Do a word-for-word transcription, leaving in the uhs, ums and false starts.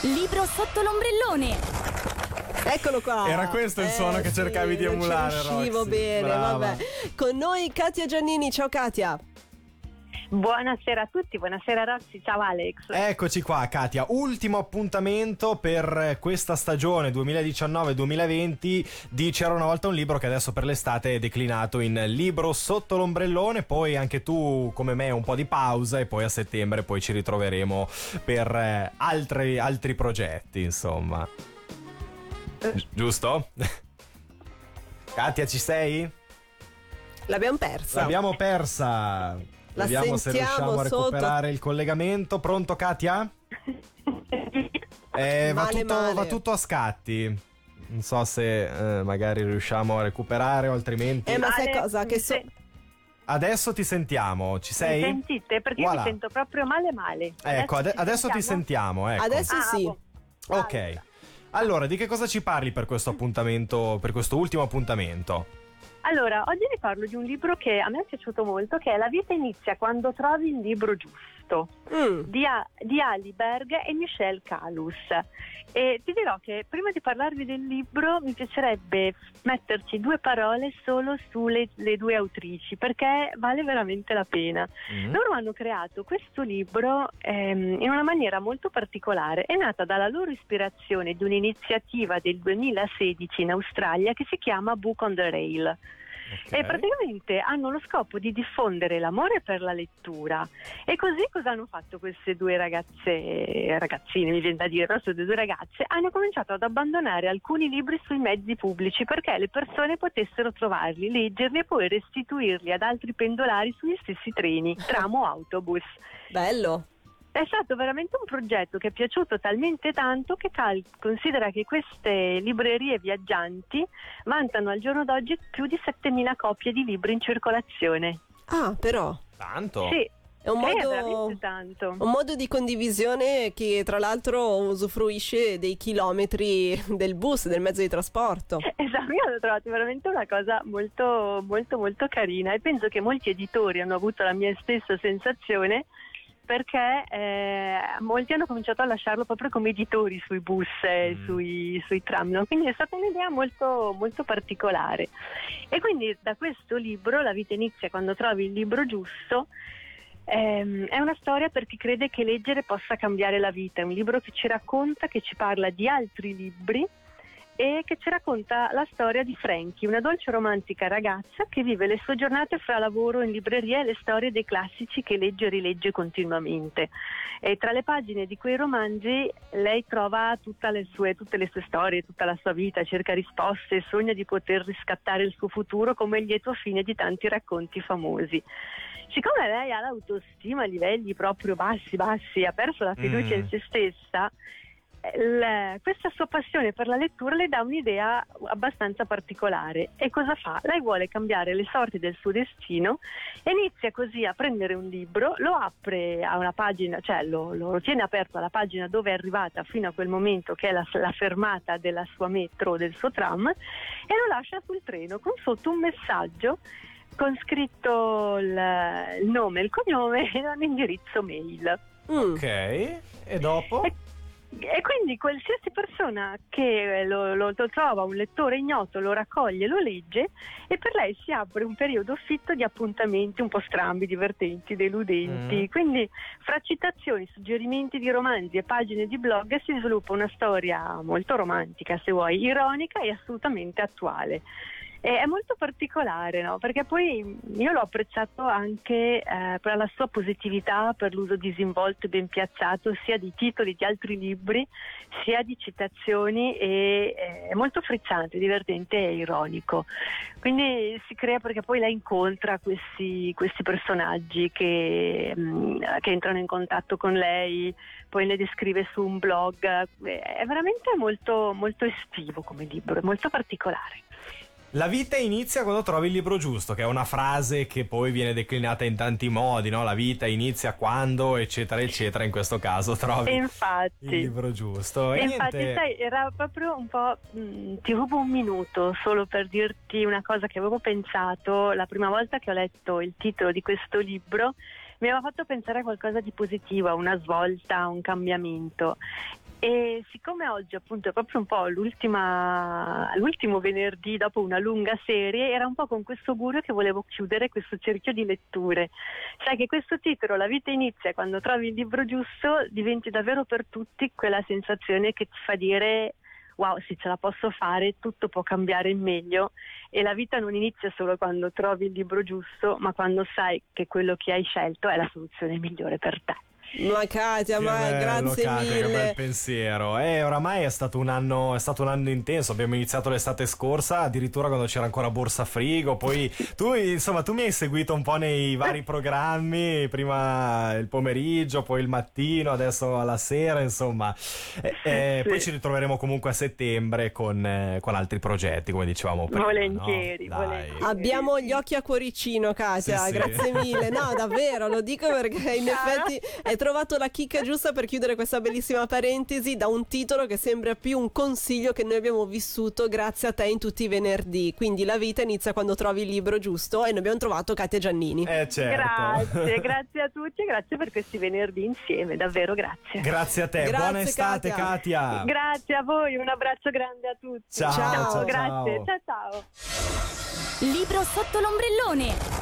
Libro sotto l'ombrellone. Eccolo qua. Era questo il suono eh, che sì, cercavi di emulare, non ci riuscivo Roxy. bene, Brava. vabbè. Con noi Katia Giannini. Ciao Katia. Buonasera a tutti, buonasera Roxy, ciao Alex. Eccoci qua, Katia. Ultimo appuntamento per questa stagione duemiladiciannove duemilaventi di C'era una volta un libro, che adesso per l'estate è declinato in Libro sotto l'ombrellone. Poi anche tu, come me, un po' di pausa, e poi a settembre poi ci ritroveremo per eh, altri, altri progetti, insomma. Giusto? Katia, ci sei? L'abbiamo persa. L'abbiamo persa. La Vediamo se sentiamo riusciamo a recuperare sotto. il collegamento. Pronto, Katia? Eh, va, Male, tutto, male. va tutto a scatti. Non so se eh, magari riusciamo a recuperare o altrimenti. Eh, ma sai Ale, cosa? Che mi so... se- Adesso ti sentiamo. Ci sei? Mi sentite? Perché Voilà. mi sento proprio male male. Ecco, ade- ci adesso ti sentiamo. Ecco. Adesso Ah, sì. boh. Ok. Allora, di che cosa ci parli per questo appuntamento, per questo ultimo appuntamento? Allora, oggi vi parlo di un libro che a me è piaciuto molto, che è La vita inizia quando trovi il libro giusto, Mm. di, A- di Ali Berg e Michel Calus. E ti dirò che prima di parlarvi del libro mi piacerebbe metterci due parole solo sulle le due autrici, perché vale veramente la pena. Mm. Loro hanno creato questo libro ehm, in una maniera molto particolare. È nata dalla loro ispirazione di un'iniziativa del duemilasedici in Australia che si chiama Book on the Rail. Ok. E praticamente hanno lo scopo di diffondere l'amore per la lettura. E così cosa hanno fatto queste due ragazze, ragazzine mi viene da dire, però sono due ragazze, hanno cominciato ad abbandonare alcuni libri sui mezzi pubblici perché le persone potessero trovarli, leggerli e poi restituirli ad altri pendolari sugli stessi treni, tram o autobus. Bello. È stato veramente un progetto che è piaciuto talmente tanto che cal- considera che queste librerie viaggianti vantano al giorno d'oggi più di settemila copie di libri in circolazione. Ah, però Tanto? Sì, è un sì, è modo, veramente tanto. un modo di condivisione che tra l'altro usufruisce dei chilometri del bus, del mezzo di trasporto. Esatto, io l'ho trovato veramente una cosa molto molto molto carina e penso che molti editori hanno avuto la mia stessa sensazione, perché eh, molti hanno cominciato a lasciarlo proprio come editori sui bus e Mm. sui, sui tram, no? Quindi è stata un'idea molto, molto particolare. E quindi da questo libro, La vita inizia quando trovi il libro giusto, ehm, è una storia per chi crede che leggere possa cambiare la vita. È un libro che ci racconta, che ci parla di altri libri e che ci racconta la storia di Frankie, una dolce romantica ragazza che vive le sue giornate fra lavoro in libreria e le storie dei classici che legge e rilegge continuamente. E tra le pagine di quei romanzi lei trova tutte le sue, tutte le sue storie, tutta la sua vita, cerca risposte e sogna di poter riscattare il suo futuro come il lieto fine di tanti racconti famosi. Siccome lei ha l'autostima a livelli proprio bassi, bassi, ha perso la fiducia Mm. in se stessa, l- questa sua passione per la lettura le dà un'idea abbastanza particolare. E cosa fa? Lei vuole cambiare le sorti del suo destino e inizia così a prendere un libro, lo apre a una pagina, cioè lo, lo tiene aperto alla pagina dove è arrivata fino a quel momento, che è la, la fermata della sua metro o del suo tram, e lo lascia sul treno con sotto un messaggio con scritto il, il nome, il cognome e un indirizzo mail. Mm. Ok. E dopo? E, e quindi qualsiasi persona che lo, lo, lo trova un lettore ignoto lo raccoglie, lo legge, e per lei si apre un periodo fitto di appuntamenti un po' strambi, divertenti, deludenti. Mm. Quindi fra citazioni, suggerimenti di romanzi e pagine di blog si sviluppa una storia molto romantica, se vuoi, ironica e assolutamente attuale. E è molto particolare, no? Perché poi io l'ho apprezzato anche eh, per la sua positività, per l'uso disinvolto e ben piazzato sia di titoli di altri libri sia di citazioni, e eh, è molto frizzante, divertente e ironico. Quindi si crea, perché poi lei incontra questi, questi personaggi che, mh, che entrano in contatto con lei, poi le descrive su un blog. È veramente molto, molto estivo come libro, è molto particolare. La vita inizia quando trovi il libro giusto, che è una frase che poi viene declinata in tanti modi, no? La vita inizia quando, eccetera, eccetera. In questo caso trovi E infatti, il libro giusto. E E infatti, niente. sai, era proprio un po'. Mh, ti rubo un minuto solo per dirti una cosa che avevo pensato la prima volta che ho letto il titolo di questo libro. Mi aveva fatto pensare a qualcosa di positivo, a una svolta, a un cambiamento. E siccome oggi appunto è proprio un po' l'ultima, l'ultimo venerdì dopo una lunga serie, era un po' con questo augurio che volevo chiudere questo cerchio di letture. Sai che questo titolo, La vita inizia quando trovi il libro giusto, diventi davvero per tutti quella sensazione che ti fa dire wow, se ce la posso fare, tutto può cambiare in meglio, e la vita non inizia solo quando trovi il libro giusto, ma quando sai che quello che hai scelto è la soluzione migliore per te. Ma Katia, Che ma bello, grazie Katia, mille. che bel pensiero. Eh, oramai è stato un anno, è stato un anno intenso. Abbiamo iniziato l'estate scorsa, addirittura quando c'era ancora Borsa Frigo. Poi tu, insomma, tu mi hai seguito un po' nei vari programmi, prima il pomeriggio, poi il mattino, adesso alla sera, insomma. Eh, eh, Sì. Poi ci ritroveremo comunque a settembre con, eh, con altri progetti, come dicevamo prima. Volentieri, no? Dai. volentieri. Abbiamo gli occhi a cuoricino, Katia, Sì, sì. grazie mille. No, davvero, lo dico perché in Chiaro. effetti hai trovato la chicca giusta per chiudere questa bellissima parentesi da un titolo che sembra più un consiglio che noi abbiamo vissuto grazie a te in tutti i venerdì. Quindi la vita inizia quando trovi il libro giusto, e noi abbiamo trovato Katia Giannini. Eh, certo. Grazie, grazie a tutti e grazie per questi venerdì insieme, davvero grazie. Grazie a te, Grazie, buona estate, Katia. Katia. Grazie a voi, un abbraccio grande a tutti. Ciao, ciao, grazie, ciao. ciao ciao. Libro sotto l'ombrellone.